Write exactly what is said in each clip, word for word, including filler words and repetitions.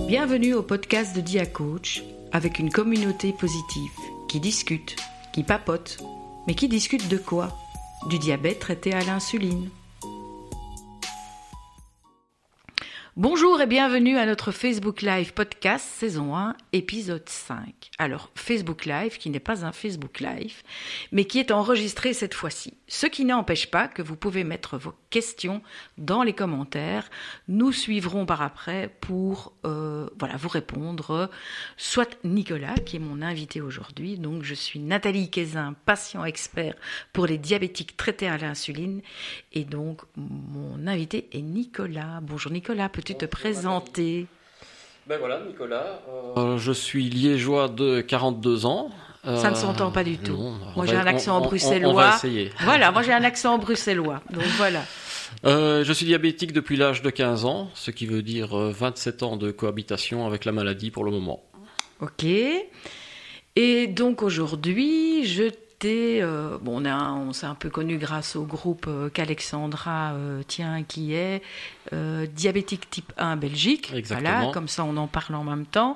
Bienvenue au podcast de DiaCoach, avec une communauté positive qui discute, qui papote, mais qui discute de quoi ? Du diabète traité à l'insuline. Bonjour et bienvenue à notre Facebook Live podcast saison un, épisode cinq. Alors, Facebook Live qui n'est pas un Facebook Live, mais qui est enregistré cette fois-ci. Ce qui n'empêche pas que vous pouvez mettre vos questions dans les commentaires. Nous suivrons par après pour euh, voilà, vous répondre. Soit Nicolas, qui est mon invité aujourd'hui. Donc, je suis Nathalie Quézin, patient expert pour les diabétiques traités à l'insuline. Et donc, mon invité est Nicolas. Bonjour Nicolas, peux-tu te présenter ? Ben voilà, Nicolas, euh, je suis liégeois de quarante-deux ans. Euh, Ça ne s'entend pas du tout. Non, moi, j'ai va, un accent on, bruxellois. On, on va essayer. Voilà, moi, j'ai un accent bruxellois. Donc, voilà. Euh, je suis diabétique depuis l'âge de quinze ans, ce qui veut dire vingt-sept ans de cohabitation avec la maladie pour le moment. Ok. Et donc, aujourd'hui, je t'ai... Euh, bon, on, a, on s'est un peu connu grâce au groupe euh, qu'Alexandra euh, tient, qui est euh, diabétique type un Belgique. Exactement. Voilà, comme ça, on en parle en même temps.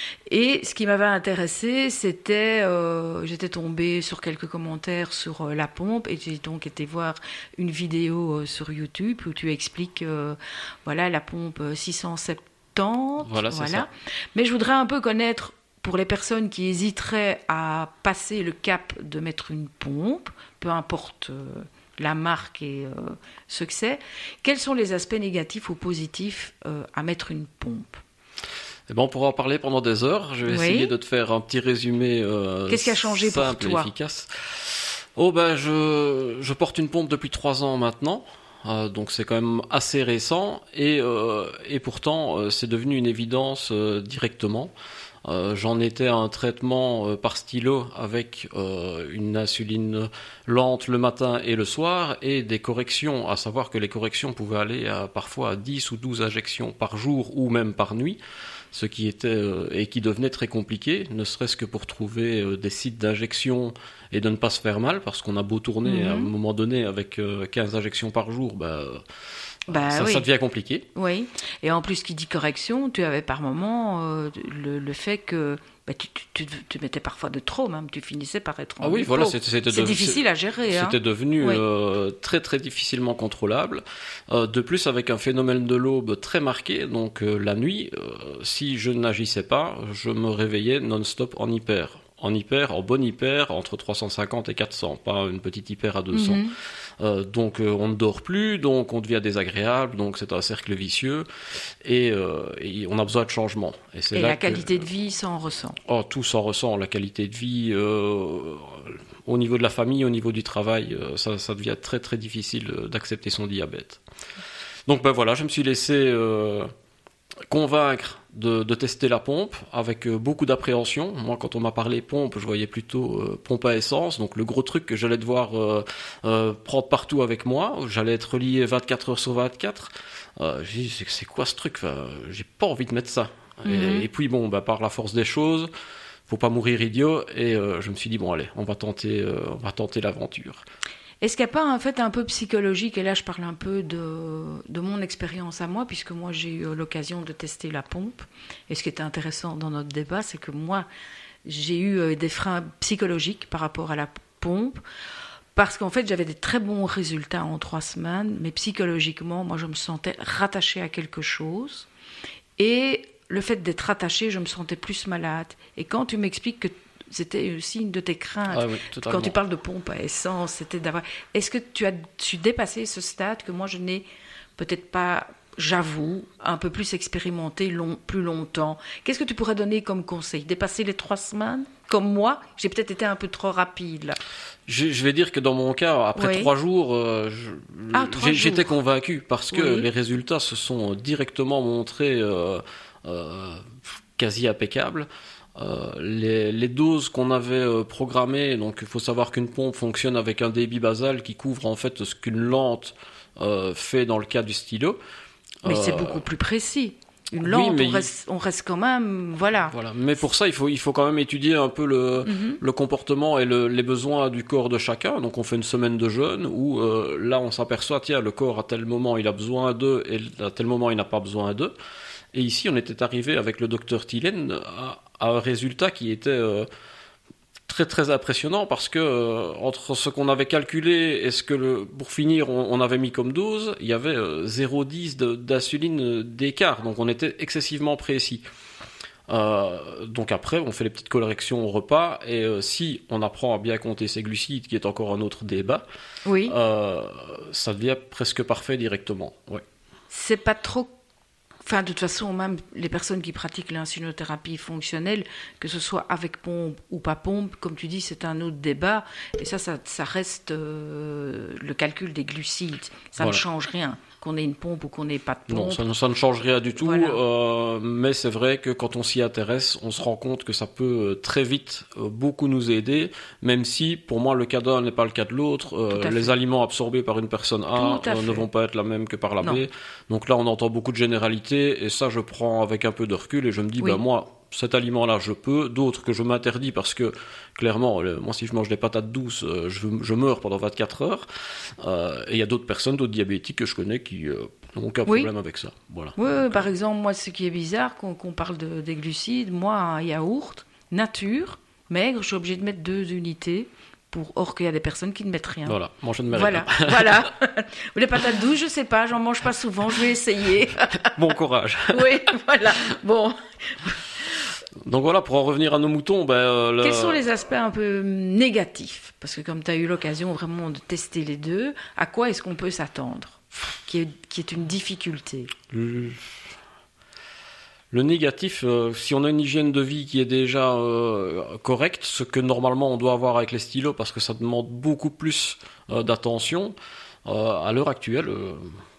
Et ce qui m'avait intéressé, c'était... Euh, j'étais tombée sur quelques commentaires sur euh, la pompe et j'ai donc été voir une vidéo euh, sur YouTube où tu expliques euh, voilà, la pompe six cent soixante-dix. Voilà, c'est voilà. ça. Mais je voudrais un peu connaître... Pour les personnes qui hésiteraient à passer le cap de mettre une pompe, peu importe euh, la marque et euh, ce que c'est, quels sont les aspects négatifs ou positifs euh, à mettre une pompe ? Eh ben, on pourra en parler pendant des heures. Je vais Oui. essayer de te faire un petit résumé euh, Qu'est-ce qui a changé pour simple toi ? et efficace. Oh ben, je, je porte une pompe depuis trois ans maintenant. Euh, donc c'est quand même assez récent et, euh, et pourtant euh, c'est devenu une évidence euh, directement. Euh, j'en étais à un traitement euh, par stylo avec euh, une insuline lente le matin et le soir et des corrections, à savoir que les corrections pouvaient aller à, parfois à dix ou douze injections par jour ou même par nuit, ce qui était euh, et qui devenait très compliqué, ne serait-ce que pour trouver euh, des sites d'injection et de ne pas se faire mal, parce qu'on a beau tourner Mm-hmm. à un moment donné avec euh, quinze injections par jour, bah, Bah, ça, oui. ça devient compliqué. Oui, et en plus, qui dit correction, tu avais par moment euh, le, le fait que bah, tu, tu, tu, tu mettais parfois de trop, même, tu finissais par être en Ah oui, hypo. voilà, c'était, c'était C'est de- difficile à gérer. C'était hein. devenu Oui. euh, très très difficilement contrôlable. Euh, de plus, avec un phénomène de l'aube très marqué, donc euh, la nuit, euh, si je n'agissais pas, je me réveillais non-stop en hyper. En hyper, en bon hyper, entre trois cent cinquante et quatre cents, pas une petite hyper à deux cents. Mhm. Euh, donc euh, on ne dort plus, donc on devient désagréable, donc c'est un cercle vicieux, et, euh, et on a besoin de changement. Et, c'est Et là la que- qualité de vie, ça en ressent. Oh, tout s'en ressent, la qualité de vie, euh, au niveau de la famille, au niveau du travail, euh, ça, ça devient très très difficile euh, d'accepter son diabète. Donc ben voilà, je me suis laissé euh, convaincre de, de tester la pompe avec euh, beaucoup d'appréhension. Moi, quand on m'a parlé pompe, je voyais plutôt euh, pompe à essence, donc le gros truc que j'allais devoir euh, euh, prendre partout avec moi. J'allais être relié vingt-quatre heures sur vingt-quatre. Euh, j'ai dit, c'est, c'est quoi ce truc ? Enfin, j'ai pas envie de mettre ça. Mhm. Et, et puis bon, bah, par la force des choses, faut pas mourir idiot. Et euh, je me suis dit bon allez, on va tenter, euh, on va tenter l'aventure. Est-ce qu'il n'y a pas un fait un peu psychologique, et là je parle un peu de, de mon expérience à moi, puisque moi j'ai eu l'occasion de tester la pompe, et ce qui était intéressant dans notre débat, c'est que moi j'ai eu des freins psychologiques par rapport à la pompe, parce qu'en fait j'avais des très bons résultats en trois semaines, mais psychologiquement, moi je me sentais rattachée à quelque chose, et le fait d'être rattachée, je me sentais plus malade. Et quand tu m'expliques que c'était aussi une de tes craintes. Ah oui, totalement. Quand tu parles de pompe à essence, c'était d'avoir... Est-ce que tu as su dépasser ce stade que moi je n'ai peut-être pas, j'avoue, un peu plus expérimenté long, plus longtemps ? Qu'est-ce que tu pourrais donner comme conseil ? Dépasser les trois semaines ? Comme moi, j'ai peut-être été un peu trop rapide là. Je, je vais dire que dans mon cas, après Oui. trois jours, euh, je- Ah, trois j'ai- jours. j'étais convaincu parce que Oui. les résultats se sont directement montrés euh, euh, quasi impeccables. Euh, les, les doses qu'on avait euh, programmées, donc il faut savoir qu'une pompe fonctionne avec un débit basal qui couvre en fait ce qu'une lente euh, fait dans le cas du stylo. Mais Euh, c'est beaucoup plus précis. Une oui, lente, mais on, il- reste, on reste quand même... Voilà. Voilà. Mais pour ça, il faut, il faut quand même étudier un peu le, Mhm. le comportement et le, les besoins du corps de chacun. Donc on fait une semaine de jeûne où euh, là on s'aperçoit, tiens, le corps à tel moment il a besoin d'eux et à tel moment il n'a pas besoin d'eux. Et ici, on était arrivé avec le docteur Thielen à, à un résultat qui était euh, très très impressionnant parce que euh, entre ce qu'on avait calculé et ce que, le, pour finir, on, on avait mis comme dose, il y avait euh, zéro virgule dix de, d'insuline d'écart. Donc on était excessivement précis. Euh, donc après, on fait les petites corrections au repas et euh, si on apprend à bien compter ses glucides, qui est encore un autre débat, Oui. euh, ça devient presque parfait directement. Ouais. C'est pas trop... Enfin, de toute façon, même les personnes qui pratiquent l'insulinothérapie fonctionnelle, que ce soit avec pompe ou pas pompe, comme tu dis, c'est un autre débat. Et ça, ça, ça reste euh, le calcul des glucides. Ça Voilà. ne change rien, qu'on ait une pompe ou qu'on n'ait pas de pompe. Non, ça ne, ça ne change rien du tout, Voilà. euh, mais c'est vrai que quand on s'y intéresse, on se rend compte que ça peut euh, très vite euh, beaucoup nous aider, même si pour moi le cas d'un n'est pas le cas de l'autre. Euh, les fait. aliments absorbés par une personne A Tout à euh, fait. ne vont pas être la même que par la Non. B. Donc là, on entend beaucoup de généralités, et ça, je prends avec un peu de recul et je me dis, Oui. ben moi, cet aliment-là, je peux, d'autres que je m'interdis parce que, clairement, le- moi, si je mange des patates douces, euh, je, je meurs pendant vingt-quatre heures. Euh, et il y a d'autres personnes, d'autres diabétiques que je connais qui euh, n'ont aucun Oui. problème avec ça. Voilà. Oui, oui, par exemple, moi, ce qui est bizarre, qu'on qu'on parle de, des glucides, moi, un yaourt, nature, maigre, je suis obligée de mettre deux unités. Pour... Or qu'il y a des personnes qui ne mettent rien. Voilà, moi je ne mérite Voilà, pas. voilà. Les patates douces, je sais pas, j'en mange pas souvent, je vais essayer. Bon courage. Oui, voilà. Bon, Donc voilà, pour en revenir à nos moutons, ben, euh, le- quels sont les aspects un peu négatifs? Parce que comme tu as eu l'occasion vraiment de tester les deux, à quoi est-ce qu'on peut s'attendre qui est, qui est une difficulté? le... le négatif, euh, si on a une hygiène de vie qui est déjà euh, correcte, ce que normalement on doit avoir avec les stylos parce que ça demande beaucoup plus euh, d'attention, euh, à l'heure actuelle, euh,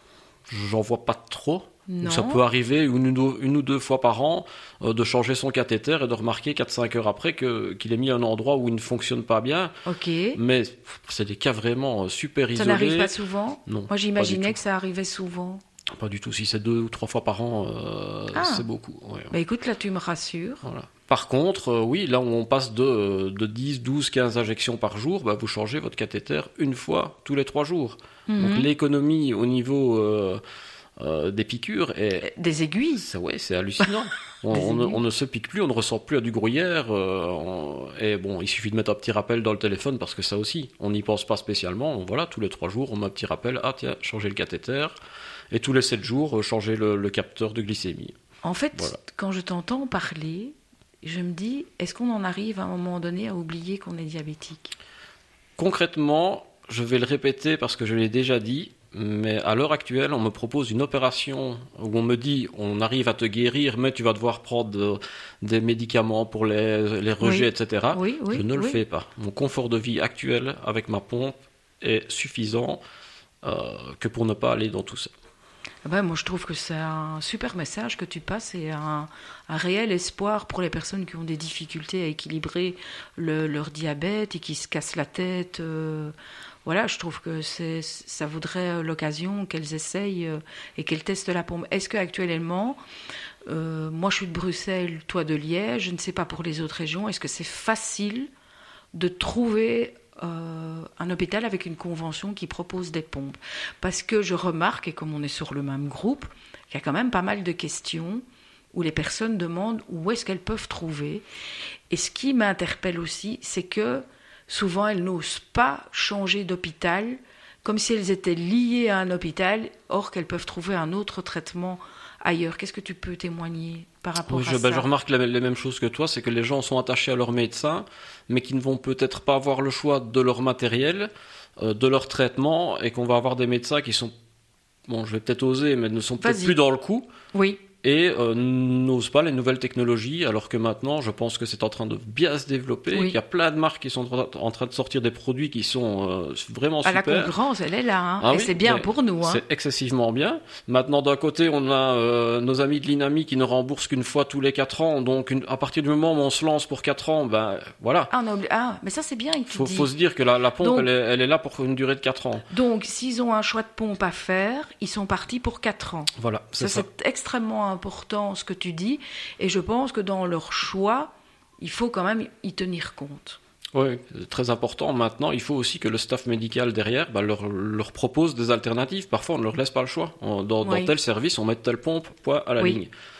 j'en vois pas trop. Non. Ça peut arriver une ou deux, une ou deux fois par an euh, de changer son cathéter et de remarquer quatre cinq heures après que, qu'il est mis à un endroit où il ne fonctionne pas bien. Ok. Mais c'est des cas vraiment euh, super Ça isolés. n'arrive pas souvent? Non, Moi, pas du j'imaginais tout. que ça arrivait souvent. Pas du tout. Si c'est deux ou trois fois par an, euh, Ah. c'est beaucoup. Ouais, ouais. Bah écoute, là, tu me rassures. Voilà. Par contre, euh, oui, là où on passe de, de dix, douze, quinze injections par jour, bah, vous changez votre cathéter une fois tous les trois jours. Mhm. Donc l'économie au niveau euh, euh, des piqûres est... Des aiguilles. C'est, ouais, c'est hallucinant. On, Des on ne, aiguilles. on ne se pique plus, on ne ressent plus à du gruyère. euh, on- et bon, il suffit de mettre un petit rappel dans le téléphone parce que ça aussi, on n'y pense pas spécialement. On- voilà, tous les trois jours, on met un petit rappel. Ah tiens, changer le cathéter. Et tous les sept jours, euh, changer le, le capteur de glycémie. En fait, Voilà. quand je t'entends parler, je me dis, est-ce qu'on en arrive à un moment donné à oublier qu'on est diabétique? Concrètement, je vais le répéter parce que je l'ai déjà dit, mais à l'heure actuelle, on me propose une opération où on me dit on arrive à te guérir, mais tu vas devoir prendre euh, des médicaments pour les, les rejets, Oui. et cetera. Oui, oui, je ne le oui. fais pas. Mon confort de vie actuel avec ma pompe est suffisant euh, que pour ne pas aller dans tout ça. Ah ben, moi, je trouve que c'est un super message que tu passes et un, un réel espoir pour les personnes qui ont des difficultés à équilibrer le- leur diabète et qui se cassent la tête. euh, voilà, je trouve que c'est, ça vaudrait l'occasion qu'elles essayent euh, et qu'elles testent la pompe. Est-ce qu'actuellement, euh, moi je suis de Bruxelles, toi de Liège, je ne sais pas pour les autres régions, est-ce que c'est facile de trouver euh, un hôpital avec une convention qui propose des pompes? Parce que je remarque, et comme on est sur le même groupe, qu'il y a quand même pas mal de questions où les personnes demandent où est-ce qu'elles peuvent trouver. Et ce qui m'interpelle aussi, c'est que souvent elles n'osent pas changer d'hôpital, comme si elles étaient liées à un hôpital, or qu'elles peuvent trouver un autre traitement ailleurs. Qu'est-ce que tu peux témoigner par rapport Oui, à je, ça? ben, je remarque les, les mêmes choses que toi, c'est que les gens sont attachés à leur médecin, mais qui ne vont peut-être pas avoir le choix de leur matériel, euh, de leur traitement, et qu'on va avoir des médecins qui sont, bon, je vais peut-être oser, mais ne sont peut-être Vas-y. plus dans le coup, Oui, et euh, n'osent pas les nouvelles technologies, alors que maintenant, je pense que c'est en train de bien se développer, Oui. qu'il y a plein de marques qui sont en train de sortir des produits qui sont euh, vraiment à la super. concurrence, elle est là, hein. Ah et oui, c'est bien mais pour nous. Hein. C'est excessivement bien. Maintenant, d'un côté, on a euh, nos amis de l'INAMI qui ne remboursent qu'une fois tous les quatre ans. Donc, une- à partir du moment où on se lance pour quatre ans, ben voilà. Ah, on a oublié- ah, mais ça c'est bien que tu Faut, dis. faut se dire que la, la pompe, Donc- elle, est, elle est là pour une durée de quatre ans. Donc, s'ils ont un choix de pompe à faire, ils sont partis pour quatre ans. Voilà, c'est Ça, ça. c'est extrêmement important ce que tu dis, et je pense que dans leur choix, il faut quand même y tenir compte. Oui, c'est très important. Maintenant, il faut aussi que le staff médical derrière ben, leur, leur propose des alternatives. Parfois, on ne leur laisse pas le choix. On- Dans, dans Oui. tel service, on met telle pompe, point à la Oui. ligne.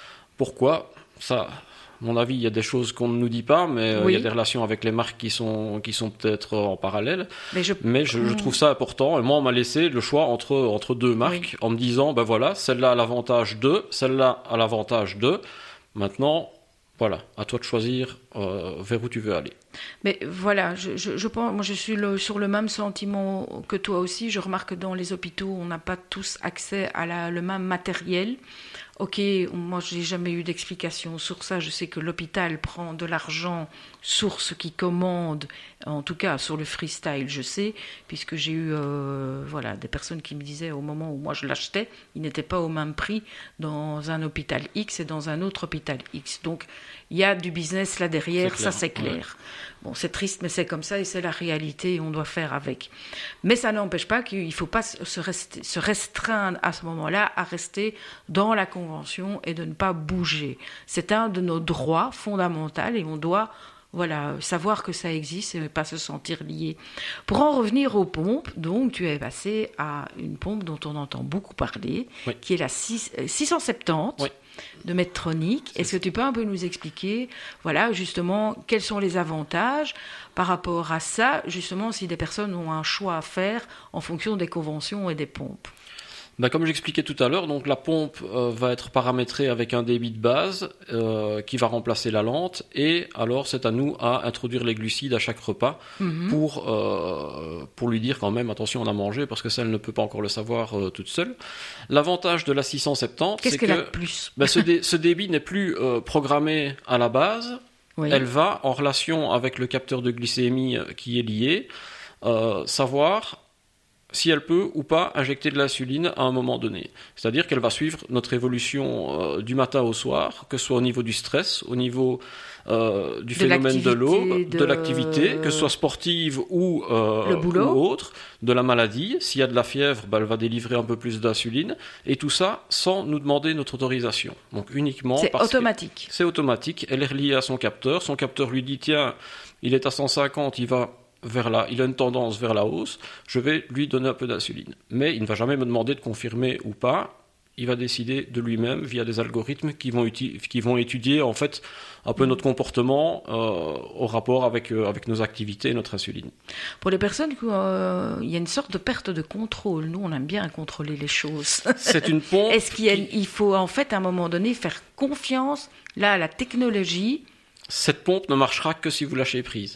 Pourquoi ? Ça, à mon avis, il y a des choses qu'on ne nous dit pas, mais euh, Oui. il y a des relations avec les marques qui sont, qui sont peut-être en parallèle. Mais je, Mais je, je trouve ça important. Et moi, on m'a laissé le choix entre, entre deux marques Oui. en me disant, ben voilà, celle-là a l'avantage de, celle-là a l'avantage de. Maintenant, voilà, à toi de choisir euh, vers où tu veux aller. Mais voilà, je, je, je pense, moi je suis le, sur le même sentiment que toi aussi. Je remarque que dans les hôpitaux, on n'a pas tous accès à la, le même matériel. Ok, moi j'ai jamais eu d'explication sur ça. Je sais que l'hôpital prend de l'argent sur ce qui commande, en tout cas sur le freestyle, je sais, puisque j'ai eu euh, voilà, des personnes qui me disaient au moment où moi je l'achetais, il n'était pas au même prix dans un hôpital X et dans un autre hôpital X. Donc il y a du business là derrière, C'est ça clair, c'est clair. ouais. Bon, c'est triste, mais c'est comme ça et c'est la réalité et on doit faire avec. Mais ça n'empêche pas qu'il ne faut pas se, rester, se restreindre à ce moment-là à rester dans la convention et de ne pas bouger. C'est un de nos droits fondamentaux et on doit voilà, savoir que ça existe et ne pas se sentir lié. Pour en revenir aux pompes, donc tu es passé à une pompe dont on entend beaucoup parler, Oui. qui est la six, euh, six cent soixante-dix. Oui. De Medtronic. Est-ce que tu peux un peu nous expliquer, voilà, justement, quels sont les avantages par rapport à ça, justement, si des personnes ont un choix à faire en fonction des conventions et des pompes? Ben, comme j'expliquais tout à l'heure, donc la pompe euh, va être paramétrée avec un débit de base euh, qui va remplacer la lente, et alors c'est à nous à introduire les glucides à chaque repas Mm-hmm. pour euh, pour lui dire quand même attention, on a mangé, parce que ça elle ne peut pas encore le savoir euh, toute seule. L'avantage de la six cent soixante-dix, Qu'est-ce c'est qu'elle que a de plus? ben, ce, dé- ce débit n'est plus euh, programmé à la base. Oui. Elle va en relation avec le capteur de glycémie euh, qui est lié euh, savoir si elle peut ou pas injecter de l'insuline à un moment donné. C'est-à-dire qu'elle va suivre notre évolution euh, du matin au soir, que ce soit au niveau du stress, au niveau euh, du De phénomène de l'eau, l'activité, de... de- l'activité, que ce soit sportive ou, euh, Le boulot. ou autre, de la maladie. S'il y a de la fièvre, bah, elle va délivrer un peu plus d'insuline. Et tout ça sans nous demander notre autorisation. Donc uniquement C'est parce que automatique. c'est automatique. Elle est reliée à son capteur. Son capteur lui dit, tiens, il est à cent cinquante, il va... vers là, il a une tendance vers la hausse, je vais lui donner un peu d'insuline. Mais il ne va jamais me demander de confirmer ou pas, il va décider de lui-même via des algorithmes qui vont, uti- qui vont étudier en fait un peu notre comportement euh, au rapport avec, euh, avec nos activités et notre insuline. Pour les personnes qui euh, il y a une sorte de perte de contrôle. Nous, on aime bien contrôler les choses. C'est une pompe. Est-ce qu'il y a- qui- il faut en fait à un moment donné faire confiance là à la technologie? Cette pompe ne marchera que si vous lâchez prise.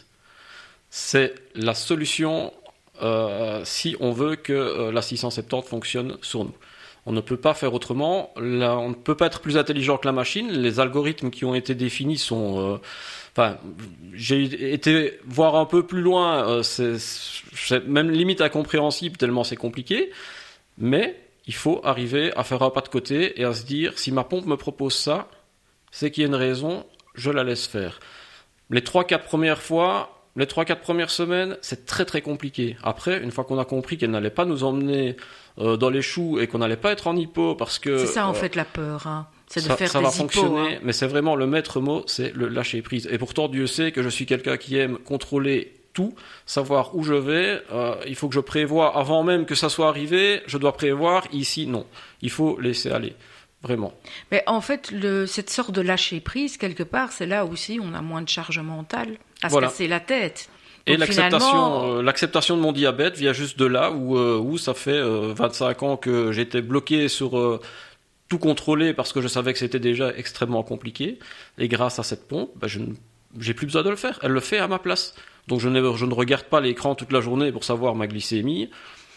C'est la solution euh, si on veut que euh, la six cent soixante-dix fonctionne sur nous. On ne peut pas faire autrement. Là, on ne peut pas être plus intelligent que la machine. Les algorithmes qui ont été définis sont... euh, Enfin, j'ai été voir un peu plus loin. Euh, c'est, c'est même limite incompréhensible tellement c'est compliqué. Mais il faut arriver à faire un pas de côté et à se dire, si ma pompe me propose ça, c'est qu'il y a une raison, je la laisse faire. Les trois, quatre premières fois... Les trois, quatre premières semaines, c'est très très compliqué. Après, une fois qu'on a compris qu'elle n'allait pas nous emmener euh, dans les choux et qu'on n'allait pas être en hypo parce que... C'est ça en euh, fait la peur, hein. C'est de ça, faire ça des va hippos, fonctionner, hein. mais c'est vraiment le maître mot, c'est le lâcher prise. Et pourtant, Dieu sait que je suis quelqu'un qui aime contrôler tout, savoir où je vais. Euh, il faut que je prévoie avant même que ça soit arrivé. Je dois prévoir. Ici, non. Il faut laisser aller. Vraiment. Mais en fait, le, cette sorte de lâcher prise, quelque part, c'est là aussi on a moins de charge mentale à Voilà. se casser la tête. Et Donc, l'acceptation, finalement, euh, l'acceptation de mon diabète vient juste de là, où, euh, où ça fait euh, vingt-cinq ans que j'étais bloqué sur euh, tout contrôler parce que je savais que c'était déjà extrêmement compliqué. Et grâce à cette pompe, bah, je ne, j'ai plus besoin de le faire. Elle le fait à ma place. Donc je ne, je ne regarde pas l'écran toute la journée pour savoir ma glycémie.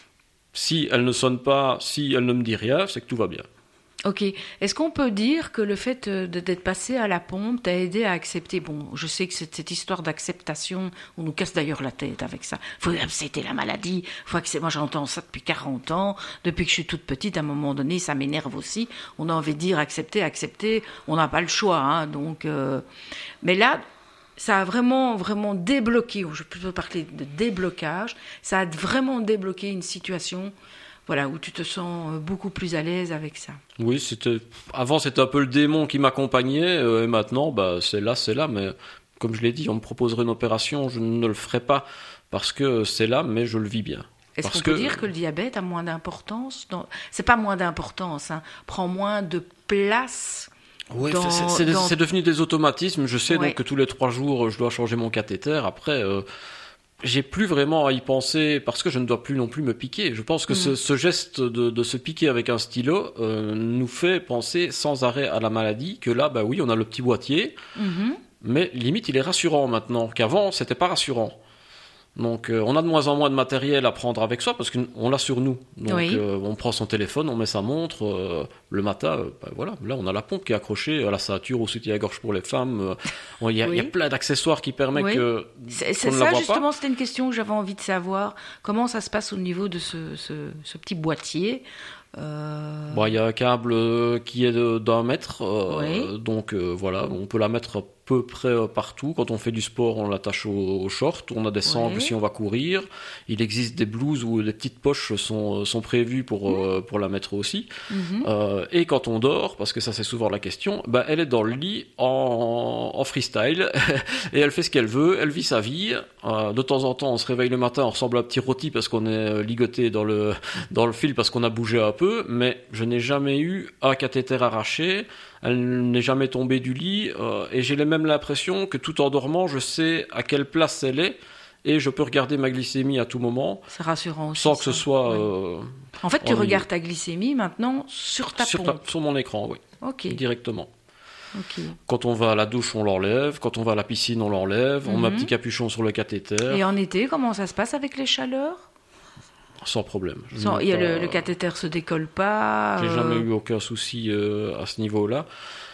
Si elle ne sonne pas, si elle ne me dit rien, c'est que tout va bien. Ok. Est-ce qu'on peut dire que le fait de- d'être passé à la pompe t'a aidé à accepter? Bon, je sais que cette, cette histoire d'acceptation, on nous casse d'ailleurs la tête avec ça. Faut accepter la maladie. Faut accepter. Moi, j'entends ça depuis quarante ans. Depuis que je suis toute petite, à un moment donné, ça m'énerve aussi. On a envie de dire accepter, accepter. On n'a pas le choix, hein. Donc, euh... mais là, ça a vraiment, vraiment débloqué. Je peux parler de déblocage. Ça a vraiment débloqué une situation. Voilà, où tu te sens beaucoup plus à l'aise avec ça. Oui, c'était avant c'était un peu le démon qui m'accompagnait euh, et maintenant bah c'est là, c'est là. Mais comme je l'ai dit, on me proposerait une opération, je ne le ferai pas parce que c'est là, mais je le vis bien. Est-ce Parce qu'on peut que- dire que le diabète a moins d'importance dans... C'est pas moins d'importance, hein, prend moins de place Ouais, dans, c'est, c'est, dans... c'est devenu des automatismes. Je sais ouais. donc que tous les trois jours, je dois changer mon cathéter. Après, euh, j'ai plus vraiment à y penser parce que je ne dois plus non plus me piquer. Je pense que mmh. ce, ce geste de, de se piquer avec un stylo euh, nous fait penser sans arrêt à la maladie. Que là, bah oui, on a le petit boîtier, mmh. mais limite, il est rassurant maintenant. Qu'avant, c'était pas rassurant. Donc euh, on a de moins en moins de matériel à prendre avec soi parce qu'on l'a sur nous. Donc oui. euh, on prend son téléphone, on met sa montre, euh, le matin, euh, ben voilà, là on a la pompe qui est accrochée à la ceinture, au soutien-gorge pour les femmes. Il euh, y, oui. y a plein d'accessoires qui permettent oui. que c'est, c'est qu'on ça ne la voit justement, pas. C'était une question que j'avais envie de savoir. Comment ça se passe au niveau de ce, ce, ce petit boîtier? Euh... Bon, il y a un câble qui est de, d'un mètre, euh, oui. donc euh, voilà, on peut la mettre à peu près partout. Quand on fait du sport, on l'attache au, au short, on a des sangles oui. si on va courir. Il existe des blouses où des petites poches sont, sont prévues pour, mmh. euh, pour la mettre aussi. Mmh. Euh, et quand on dort, parce que ça c'est souvent la question, bah, elle est dans le lit en, en freestyle et elle fait ce qu'elle veut, elle vit sa vie. Euh, de temps en temps, on se réveille le matin, on ressemble à un petit rôti parce qu'on est ligoté dans le, dans le fil parce qu'on a bougé un peu. Peu, mais je n'ai jamais eu un cathéter arraché, elle n'est jamais tombée du lit, euh, et j'ai même l'impression que tout en dormant, je sais à quelle place elle est, et je peux regarder ma glycémie à tout moment. C'est rassurant aussi. Sans que ça. ce soit... Ouais. Euh, en fait, tu regardes ta glycémie maintenant sur ta sur pompe. Ta, sur mon écran, oui. Ok. Directement. Okay. Quand on va à la douche, on l'enlève. Quand on va à la piscine, on l'enlève. Mm-hmm. On met un petit capuchon sur le cathéter. Et en été, comment ça se passe avec les chaleurs ? Sans problème. Sans, y a pas... le, le cathéter se décolle pas. J'ai euh... jamais eu aucun souci euh, à ce niveau-là.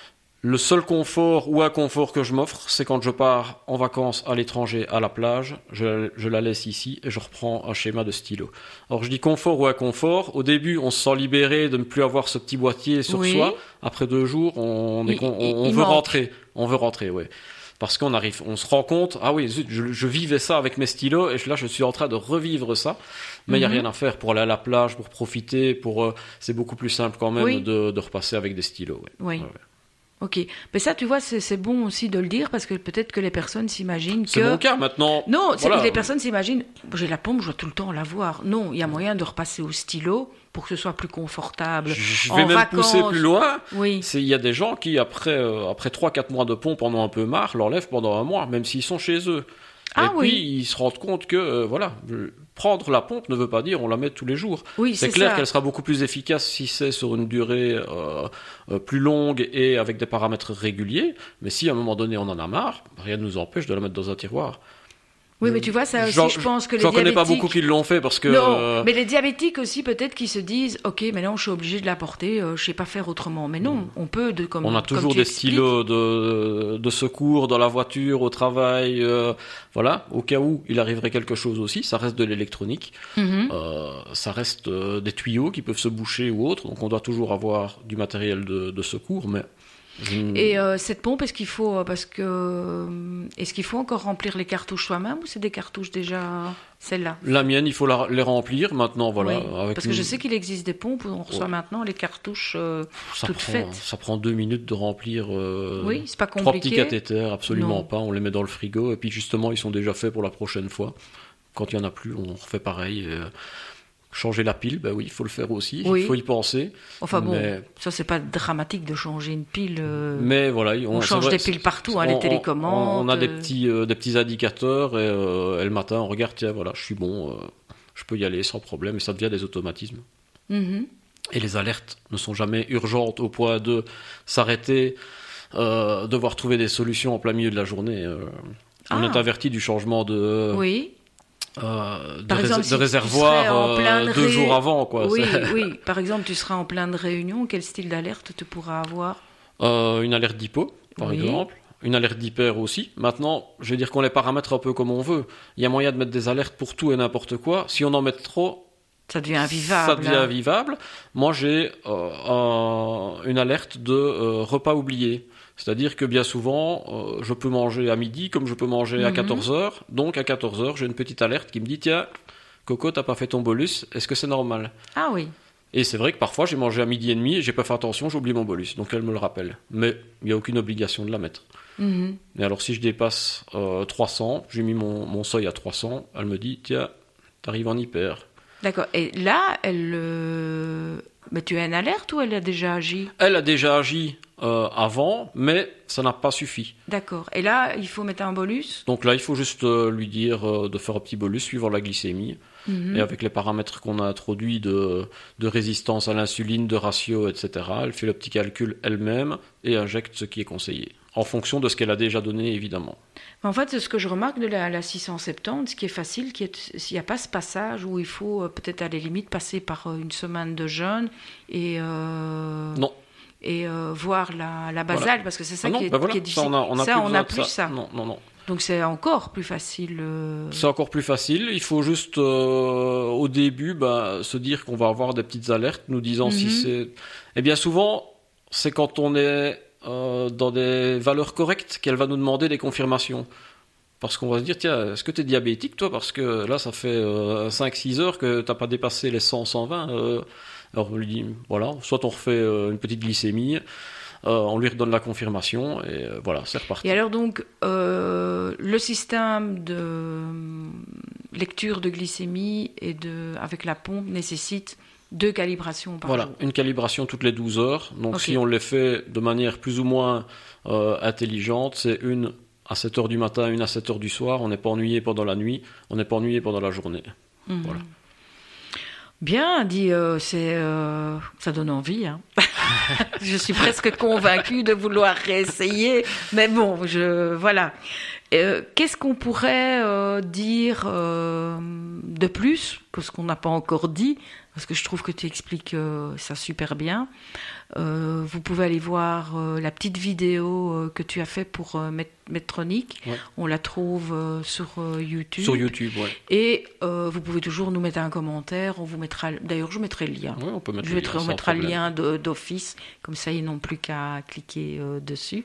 Le seul confort ou inconfort que je m'offre, c'est quand je pars en vacances à l'étranger, à la plage, je, je la laisse ici et je reprends un schéma de stylo. Alors je dis confort ou inconfort. Au début, on se sent libéré de ne plus avoir ce petit boîtier sur oui. soi. Après deux jours, on, est, il, on, on il veut manque. rentrer. On veut rentrer, oui. Parce qu'on arrive, on se rend compte, ah oui, zut, je, je vivais ça avec mes stylos et là je suis en train de revivre ça. Mais il mm-hmm. n'y a rien à faire pour aller à la plage, pour profiter, pour euh, c'est beaucoup plus simple quand même oui. de, de repasser avec des stylos. Ouais. Oui. Ouais, ouais. Ok, mais ça, tu vois, c'est, c'est bon aussi de le dire parce que peut-être que les personnes s'imaginent que. C'est mon cas maintenant. Non, c'est voilà. que les personnes s'imaginent. J'ai la pompe, je dois tout le temps l'avoir. Non, il y a moyen de repasser au stylo pour que ce soit plus confortable. Je en vais même vacances. pousser plus loin. Oui. C'est, il y a des gens qui après euh, après trois quatre mois de pompe en ont un peu marre, l'enlèvent pendant un mois, même s'ils sont chez eux. Ah, et oui. puis ils se rendent compte que euh, voilà. Prendre la pompe ne veut pas dire on la met tous les jours. Oui, c'est, c'est clair ça. qu'elle sera beaucoup plus efficace si c'est sur une durée euh, euh, plus longue et avec des paramètres réguliers. Mais si à un moment donné on en a marre, rien ne nous empêche de la mettre dans un tiroir. Oui, mais tu vois, ça aussi, J'en, je pense que les j'en diabétiques... connais pas beaucoup qui l'ont fait parce que... Non, euh... mais les diabétiques aussi, peut-être, qui se disent « Ok, maintenant, je suis obligé de la porter, euh, je sais pas faire autrement. » Mais non, mmh. on peut, de, comme On a toujours comme des expliques. stylos de, de secours dans la voiture, au travail, euh, voilà, au cas où il arriverait quelque chose aussi. Ça reste de l'électronique, mmh. euh, ça reste euh, des tuyaux qui peuvent se boucher ou autre, donc on doit toujours avoir du matériel de, de secours, mais... Et euh, cette pompe, est-ce qu'il faut parce que est-ce qu'il faut encore remplir les cartouches soi-même ou c'est des cartouches déjà celles-là? La mienne, il faut la, les remplir maintenant, voilà. Oui, avec parce une... que je sais qu'il existe des pompes où on reçoit ouais. maintenant les cartouches euh, ça toutes prend, faites. Ça prend deux minutes de remplir. Euh, oui, c'est pas compliqué. Trois petits cathéters, absolument non. pas. On les met dans le frigo et puis justement, ils sont déjà faits pour la prochaine fois. Quand il y en a plus, on refait pareil. Et... Changer la pile, ben oui, il faut le faire aussi, il oui. faut y penser. Enfin bon, mais... ça c'est pas dramatique de changer une pile. Euh... Mais voilà, on, on change vrai, des piles partout, on, hein, les télécommandes. On, on a des petits, euh, des petits indicateurs et, euh, et le matin on regarde, tiens voilà, je suis bon, euh, je peux y aller sans problème et ça devient des automatismes. Mm-hmm. Et les alertes ne sont jamais urgentes au point de s'arrêter, euh, devoir trouver des solutions en plein milieu de la journée. Euh, on ah. est averti du changement de. Oui. Euh, de, par exemple, rés- si de réservoir euh, deux ré... jours avant, quoi. Oui, oui. Par exemple, tu seras en pleine réunion, quel style d'alerte tu pourras avoir? euh, Une alerte d'hypo, par oui. exemple. Une alerte d'hyper aussi. Maintenant, je vais dire qu'on les paramètre un peu comme on veut. Il y a moyen de mettre des alertes pour tout et n'importe quoi. Si on en met trop, ça devient invivable. Ça devient hein. invivable. Moi, j'ai euh, un, une alerte de euh, repas oublié. C'est-à-dire que bien souvent, euh, je peux manger à midi comme je peux manger mm-hmm. à quatorze heures. Donc à quatorze heures, j'ai une petite alerte qui me dit « Tiens, Coco, t'as pas fait ton bolus, est-ce que c'est normal ?» Ah oui. Et c'est vrai que parfois, j'ai mangé à midi et demi et j'ai pas fait attention, j'oublie mon bolus. Donc elle me le rappelle. Mais il n'y a aucune obligation de la mettre. Mm-hmm. Et alors si je dépasse euh, trois cents, j'ai mis mon, mon seuil à trois cents, elle me dit « Tiens, t'arrives en hyper. » D'accord. Et là, elle... Euh... Mais tu as une alerte ou elle a déjà agi? Elle a déjà agi euh, avant, mais ça n'a pas suffi. D'accord. Et là, il faut mettre un bolus? Donc là, il faut juste euh, lui dire euh, de faire un petit bolus suivant la glycémie. Mhm. Et avec les paramètres qu'on a introduits de, de résistance à l'insuline, de ratio, et cetera, elle fait le petit calcul elle-même et injecte ce qui est conseillé, en fonction de ce qu'elle a déjà donné, évidemment. En fait, c'est ce que je remarque de la, la six cent soixante-dix, ce qui est facile, qui est, s'il n'y a pas ce passage où il faut euh, peut-être à la limite passer par euh, une semaine de jeûne et, euh, Non. et euh, voir la, la basale, Voilà. parce que c'est ça Ah non, qui, est, ben voilà, qui est difficile. Ça, on a, on a ça, plus, on besoin n'a de plus ça. ça. Non, non, non. Donc c'est encore plus facile. euh, C'est encore plus facile. Il faut juste, euh, au début, bah, se dire qu'on va avoir des petites alertes nous disant si Mhm. c'est... Et bien souvent, c'est quand on est euh, dans des valeurs correctes qu'elle va nous demander des confirmations. Parce qu'on va se dire, tiens, est-ce que tu es diabétique, toi? Parce que là, ça fait euh, cinq six heures que tu n'as pas dépassé les cent cent vingt. Euh, alors, on lui dit, voilà, soit on refait euh, une petite glycémie, euh, on lui redonne la confirmation, et euh, voilà, c'est reparti. Et alors donc, euh, le système de euh, lecture de glycémie et de, avec la pompe nécessite deux calibrations par Voilà, jour. une calibration toutes les douze heures. Donc Ok. si on les fait de manière plus ou moins euh, intelligente, c'est une à sept heures du matin, une à sept heures du soir. On n'est pas ennuyé pendant la nuit, on n'est pas ennuyé pendant la journée. Mhm. Voilà. Bien, dit, euh, c'est, euh, ça donne envie. Hein. Je suis presque convaincue de vouloir réessayer, mais bon, je, voilà. Euh, qu'est-ce qu'on pourrait euh, dire euh, de plus que ce qu'on n'a pas encore dit? Parce que je trouve que tu expliques euh, ça super bien. Euh, vous pouvez aller voir euh, la petite vidéo euh, que tu as fait pour euh, Met- Medtronic. Ouais. On la trouve euh, sur euh, YouTube. Sur YouTube, ouais. Et euh, vous pouvez toujours nous mettre un commentaire. On vous mettra. D'ailleurs, je mettrai le lien. Ouais, on peut mettre Je le mettrai, lien, on sans mettra le problème. lien de- d'office. Comme ça, ils n'ont plus qu'à cliquer euh, dessus.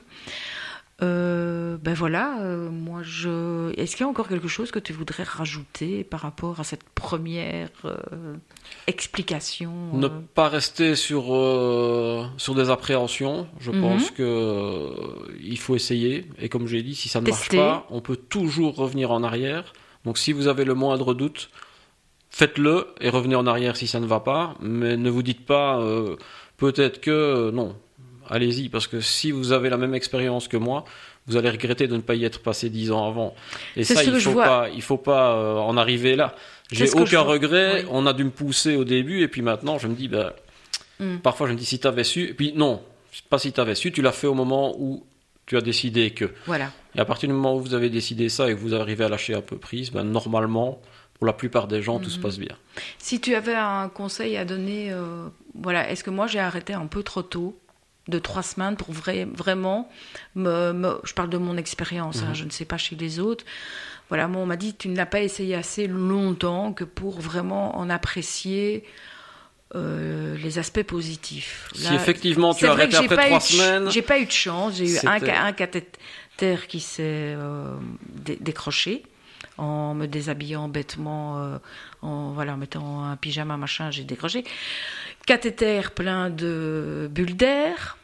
Euh, ben voilà, euh, moi je. Est-ce qu'il y a encore quelque chose que tu voudrais rajouter par rapport à cette première euh, explication Ne euh, pas rester sur, euh, sur des appréhensions. Je Mhm. pense que euh, il faut essayer. Et comme j'ai dit, si ça ne Tester. marche pas, on peut toujours revenir en arrière. Donc si vous avez le moindre doute, faites-le et revenez en arrière si ça ne va pas. Mais ne vous dites pas euh, peut-être que euh, non. Allez-y, parce que si vous avez la même expérience que moi, vous allez regretter de ne pas y être passé dix ans avant. Et C'est ça, ce que il je faut vois. pas, il faut pas euh, en arriver là. J'ai ce que je aucun vois. regret. Oui. On a dû me pousser au début, et puis maintenant, je me dis, ben, Mm. parfois, je me dis, si tu avais su, et puis non, c'est pas si tu avais su, tu l'as fait au moment où tu as décidé que. Voilà. Et à partir du moment où vous avez décidé ça et que vous arrivez à lâcher un peu prise, ben, normalement, pour la plupart des gens, tout se passe bien. Si tu avais un conseil à donner, euh, voilà, est-ce que moi j'ai arrêté un peu trop tôt, de trois semaines, pour vrai, vraiment me, me- je parle de mon expérience, hein, Mhm. je ne sais pas chez les autres. Voilà, moi on m'a dit tu ne l'as pas essayé assez longtemps que pour vraiment en apprécier euh, les aspects positifs. Si Là, effectivement tu c'est as vrai que arrêté j'ai après pas trois eu de ch- semaines, j'ai pas eu de chance. J'ai eu un, C'était- ca- un cathéter qui s'est euh, dé- décroché en me déshabillant bêtement, euh, en voilà, en mettant un pyjama machin, j'ai décroché. Cathéter plein de bulles d'air.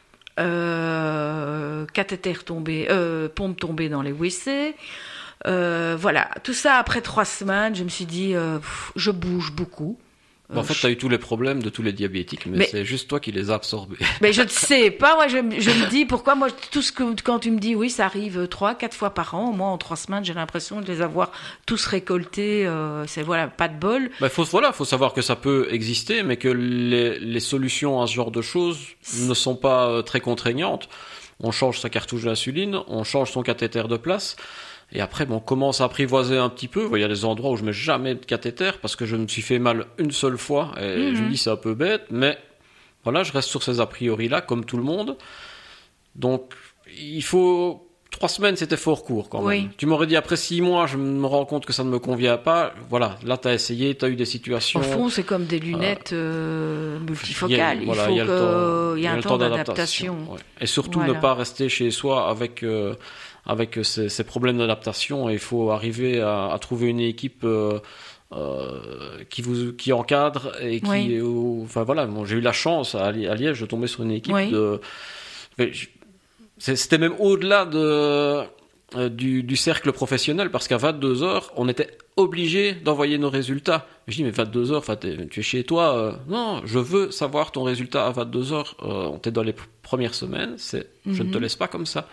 Euh, cathéter tombé, euh, pompe tombée dans les W C. Euh, voilà, tout ça après trois semaines, je me suis dit, euh, pff, je bouge beaucoup. ben, en fait, tu as eu tous les problèmes de tous les diabétiques, mais, Mais- c'est juste toi qui les as absorbés. Mais je ne sais pas, moi je, je me dis pourquoi moi tout ce que quand tu me dis oui ça arrive trois quatre fois par an, moi en trois semaines j'ai l'impression de les avoir tous récoltés, euh, c'est voilà pas de bol. Ben, faut, voilà, faut savoir que ça peut exister, mais que les, les solutions à ce genre de choses ne sont pas euh, très contraignantes. On change sa cartouche d'insuline, on change son cathéter de place, et après, bon, on commence à apprivoiser un petit peu. Il y a des endroits où je mets jamais de cathéter parce que je me suis fait mal une seule fois, et Mhm. je me dis c'est un peu bête, mais voilà, je reste sur ces a priori-là, comme tout le monde. Donc, il faut... Trois semaines, c'était fort court quand Oui. même. Tu m'aurais dit après six mois, je me rends compte que ça ne me convient pas. Voilà, là, tu as essayé, tu as eu des situations... Au fond c'est comme des lunettes euh, multifocales, il, voilà, faut il y a le temps, qu'il y ait un temps d'adaptation. ouais. Et surtout Voilà. ne pas rester chez soi avec euh, avec ces, ces problèmes d'adaptation. Il faut arriver à, à trouver une équipe euh, euh, qui vous qui encadre et qui Oui. ou- enfin voilà, bon, j'ai eu la chance à, Li- à Liège de tomber sur une équipe Oui. de mais je- c'est- c'était même au-delà de euh, du, du cercle professionnel parce qu'à vingt-deux heures, on était obligés d'envoyer nos résultats. Je dis, mais vingt-deux heures, tu es chez toi. Euh, non, je veux savoir ton résultat à vingt-deux heures. Euh, on t'est dans les premières semaines, c'est, mm-hmm. je ne te laisse pas comme ça.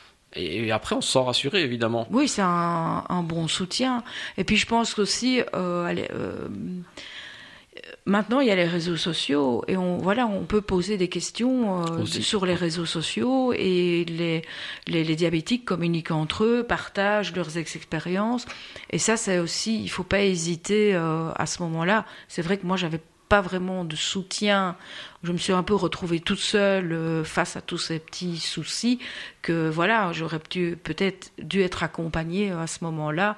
Et après, on se sent rassuré, évidemment. Oui, c'est un, un bon soutien. Et puis, je pense qu'aussi, euh, allez, euh, maintenant, il y a les réseaux sociaux et on, voilà, on peut poser des questions euh, sur les réseaux sociaux et les, les, les diabétiques communiquent entre eux, partagent leurs expériences. Et ça, c'est aussi, il ne faut pas hésiter euh, à ce moment-là. C'est vrai que moi, j'avais pas vraiment de soutien. Je me suis un peu retrouvée toute seule euh, face à tous ces petits soucis que voilà, j'aurais dû, peut-être dû être accompagnée à ce moment-là.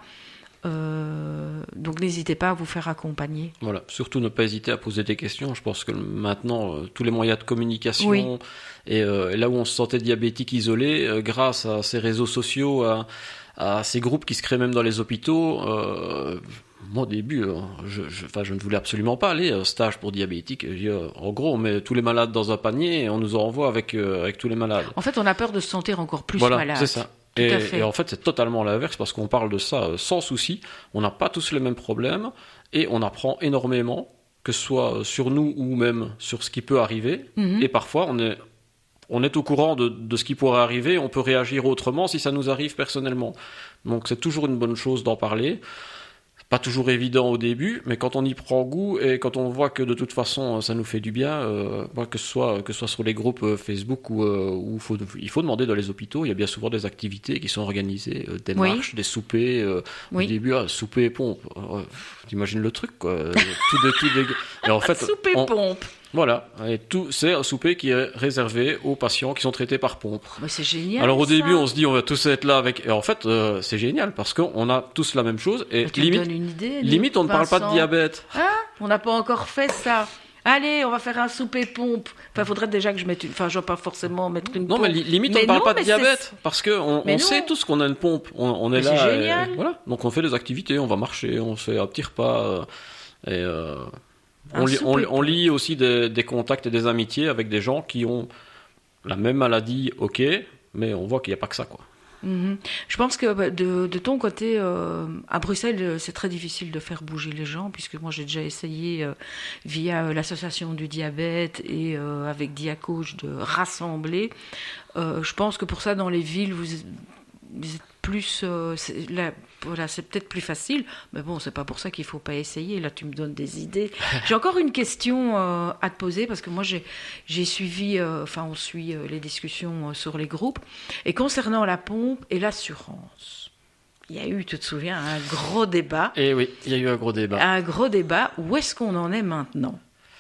Euh, donc n'hésitez pas à vous faire accompagner. Voilà, surtout ne pas hésiter à poser des questions. Je pense que maintenant, euh, tous les moyens de communication oui. et, euh, et là où on se sentait diabétique isolé, euh, grâce à ces réseaux sociaux, à, à ces groupes qui se créent même dans les hôpitaux, euh, moi, au début, je, je, enfin, je ne voulais absolument pas aller au stage pour diabétique. En gros, on met tous les malades dans un panier et on nous envoie avec, euh, avec tous les malades. En fait, on a peur de se sentir encore plus voilà, malade. C'est ça. Tout et, à fait. et en fait, c'est totalement l'inverse parce qu'on parle de ça sans souci. On n'a pas tous les mêmes problèmes et on apprend énormément, que ce soit sur nous ou même sur ce qui peut arriver. Mm-hmm. Et parfois, on est, on est au courant de, de ce qui pourrait arriver. On peut réagir autrement si ça nous arrive personnellement. Donc, c'est toujours une bonne chose d'en parler. Pas toujours évident au début, mais quand on y prend goût et quand on voit que de toute façon ça nous fait du bien, euh, que ce soit que ce soit sur les groupes euh, Facebook ou euh, où faut, il faut demander dans les hôpitaux, il y a bien souvent des activités qui sont organisées, euh, des oui. marches, des soupers. Euh, oui. Au début, ah, souper et pompe, euh, t'imagines le truc quoi. tout des, tout des... Et en fait, souper on... pompe. Voilà, et tout, c'est un souper qui est réservé aux patients qui sont traités par pompe. Mais c'est génial. Alors au ça. début, on se dit on va tous être là avec. Et en fait, euh, c'est génial parce qu'on a tous la même chose et tu limite, me donnes une idée, limite, on ne parle pas de diabète. Hein? On n'a pas encore fait ça. Allez, on va faire un souper pompe. Enfin, il faudrait déjà que je mette une. Enfin, je ne vais pas forcément mettre une non, pompe. mais li- limite, mais on ne parle non, pas de diabète c'est... parce que on, on sait tous qu'on a une pompe. On, on est mais là. C'est génial. Et, voilà. Donc on fait des activités, on va marcher, on fait un petit repas et. Euh... On lit, on, on lit aussi des, des contacts et des amitiés avec des gens qui ont la même maladie, ok, mais on voit qu'il n'y a pas que ça, quoi. Mm-hmm. Je pense que de, de ton côté, euh, à Bruxelles, c'est très difficile de faire bouger les gens, puisque moi j'ai déjà essayé euh, via euh, l'association du diabète et euh, avec Diacoach de rassembler. Euh, je pense que pour ça, dans les villes, vous, vous êtes plus... Euh, c'est, là, voilà, c'est peut-être plus facile, mais bon, c'est pas pour ça qu'il faut pas essayer. Là, tu me donnes des idées. J'ai encore une question euh, à te poser, parce que moi, j'ai, j'ai suivi, euh, enfin, on suit euh, les discussions euh, sur les groupes. Et concernant la pompe et l'assurance, il y a eu, tu te souviens, un gros débat. Eh oui, il y a eu un gros débat. Un gros débat. Où est-ce qu'on en est maintenant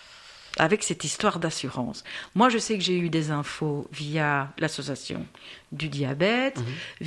avec cette histoire d'assurance? Moi, je sais que j'ai eu des infos via l'association du diabète, mmh.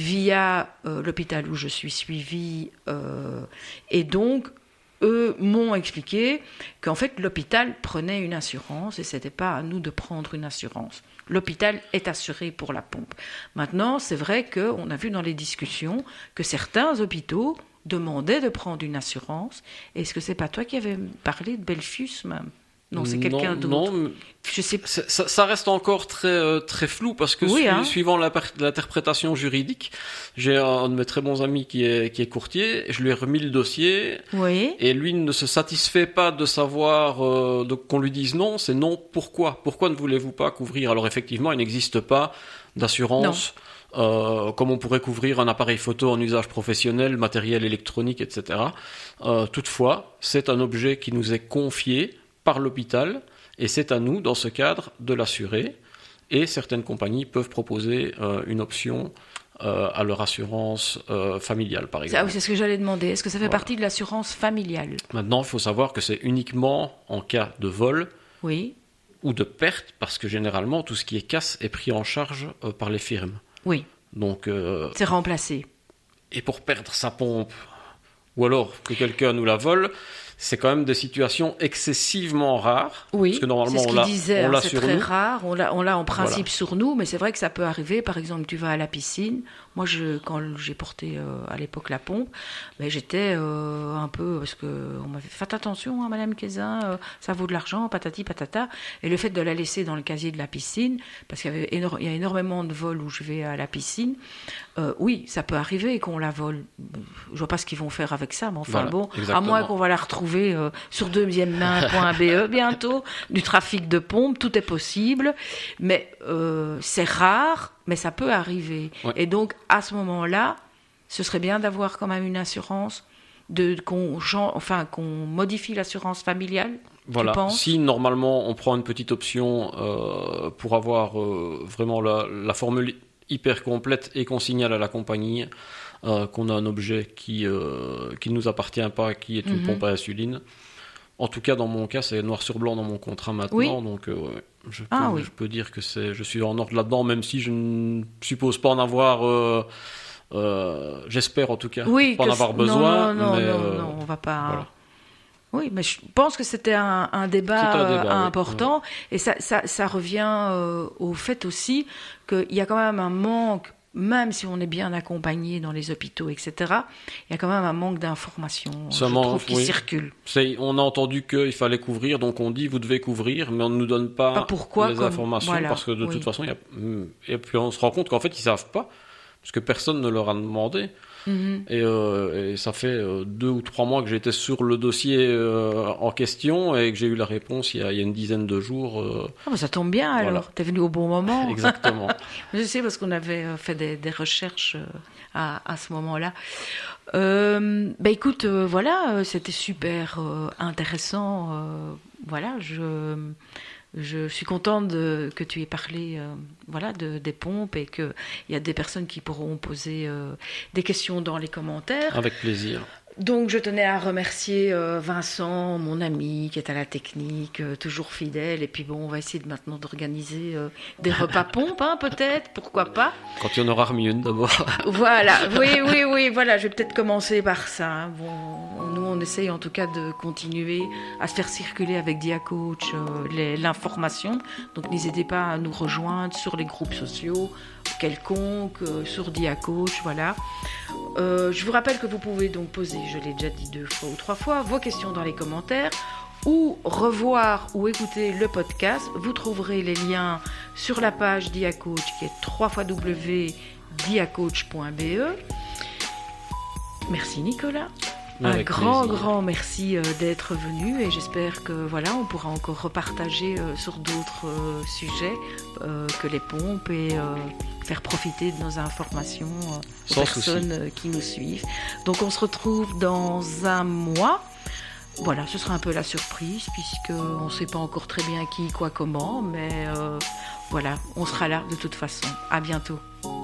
via euh, l'hôpital où je suis suivie, euh, et donc, eux m'ont expliqué qu'en fait, l'hôpital prenait une assurance et ce n'était pas à nous de prendre une assurance. L'hôpital est assuré pour la pompe. Maintenant, c'est vrai qu'on a vu dans les discussions que certains hôpitaux demandaient de prendre une assurance. Est-ce que c'est pas toi qui avais parlé de Belfius même? Non, c'est quelqu'un non, d'autre. Non, je sais. Ça, ça reste encore très euh, très flou parce que oui, su, hein. suivant la, l'interprétation juridique, j'ai un de mes très bons amis qui est qui est courtier. Je lui ai remis le dossier. Oui. Et lui ne se satisfait pas de savoir euh, de, qu'on lui dise non. C'est non. Pourquoi? Pourquoi ne voulez-vous pas couvrir? Alors effectivement, il n'existe pas d'assurance. Euh, comme on pourrait couvrir un appareil photo en usage professionnel, matériel électronique, et cetera. Euh, toutefois, c'est un objet qui nous est confié par l'hôpital, et c'est à nous, dans ce cadre, de l'assurer. Et certaines compagnies peuvent proposer euh, une option euh, à leur assurance euh, familiale, par exemple. Ça, c'est ce que j'allais demander. Est-ce que ça fait voilà. partie de l'assurance familiale? Maintenant, il faut savoir que c'est uniquement en cas de vol oui. ou de perte, parce que généralement, tout ce qui est casse est pris en charge euh, par les firmes. Oui. Donc, euh, c'est remplacé. Et pour perdre sa pompe, ou alors que quelqu'un nous la vole, c'est quand même des situations excessivement rares. Oui, parce que normalement, c'est ce on l'a, disait, on l'a hein, c'est sur très nous. rare. On l'a, on l'a en principe voilà. sur nous, mais c'est vrai que ça peut arriver. Par exemple, tu vas à la piscine. Moi, je, quand j'ai porté euh, à l'époque la pompe, ben, j'étais euh, un peu... Parce qu'on m'avait fait, faites attention, hein, Madame Kézin, euh, ça vaut de l'argent, patati patata. Et le fait de la laisser dans le casier de la piscine, parce qu'il y, avait éno- il y a énormément de vols où je vais à la piscine, euh, oui, ça peut arriver qu'on la vole. Je vois pas ce qu'ils vont faire avec avec ça, mais enfin Voilà, bon, exactement. à moins qu'on va la retrouver euh, sur deuxième main point b e bientôt, du trafic de pompes, tout est possible, mais euh, c'est rare, mais ça peut arriver. Ouais. Et donc, à ce moment-là, ce serait bien d'avoir quand même une assurance, de, qu'on, enfin, qu'on modifie l'assurance familiale. Voilà. Tu penses ? Si normalement on prend une petite option euh, pour avoir euh, vraiment la, la formule hyper complète et qu'on signale à la compagnie euh, qu'on a un objet qui euh, qui ne nous appartient pas, qui est une Mhm. pompe à insuline. En tout cas, dans mon cas, c'est noir sur blanc dans mon contrat maintenant, Oui. donc euh, ouais, je, peux, Ah oui. je peux dire que c'est, je suis en ordre là-dedans, même si je ne suppose pas en avoir. Euh, euh, j'espère en tout cas Oui, pas en que avoir c- besoin. Non, non, mais, non, euh, non, on va pas. voilà. Oui, mais je pense que c'était un, un débat, C'est un euh, débat, oui. important, et ça, ça, ça revient euh, au fait aussi qu'il y a quand même un manque, même si on est bien accompagné dans les hôpitaux, et cetera. Il y a quand même un manque d'informations, je Seulement, trouve, qui oui. circulent. C'est, on a entendu qu'il fallait couvrir, donc on dit vous devez couvrir, mais on ne nous donne pas, Pas pourquoi, les comme- informations voilà, parce que de oui. toute façon, il y a, et puis on se rend compte qu'en fait ils savent pas parce que personne ne leur a demandé. Mhm. Et, euh, et ça fait euh, deux ou trois mois que j'étais sur le dossier euh, en question et que j'ai eu la réponse il y a, il y a une dizaine de jours. euh, Ah, bah, ça tombe bien alors, Voilà. t'es venu au bon moment. exactement. Je sais parce qu'on avait euh, fait des, des recherches euh, à, à ce moment-là. Euh, bah écoute, euh, voilà, euh, c'était super euh, intéressant. euh, voilà, je, je suis contente de- que tu aies parlé, euh, voilà, de, des pompes et qu'il y a des personnes qui pourront poser euh, des questions dans les commentaires. Avec plaisir. Donc je tenais à remercier euh, Vincent, mon ami, qui est à la technique, euh, toujours fidèle. Et puis bon, on va essayer de maintenant d'organiser euh, des repas pompes, hein, peut-être, pourquoi pas. Quand il y en aura remis une d'abord. Voilà, oui, oui, oui, voilà, je vais peut-être commencer par ça. hein. Bon, nous, on essaye en tout cas de continuer à se faire circuler avec Diacoach euh, les- l'information. Donc n'hésitez pas à nous rejoindre sur les groupes sociaux quelconques, euh, sur Diacoach, voilà. Euh, je vous rappelle que vous pouvez donc poser, je l'ai déjà dit deux fois ou trois fois, vos questions dans les commentaires ou revoir ou écouter le podcast. Vous trouverez les liens sur la page Diacoach qui est w w w point diacoach point b e. Merci Nicolas. Un Avec grand, plaisir. grand merci euh, d'être venu et j'espère que voilà, on pourra encore repartager euh, sur d'autres euh, sujets euh, que les pompes et euh, faire profiter de nos informations euh, aux Sans personnes euh, qui nous suivent. Donc on se retrouve dans un mois. Voilà, ce sera un peu la surprise puisqu'on ne sait pas encore très bien qui, quoi, comment, mais euh, voilà, on sera là de toute façon. À bientôt.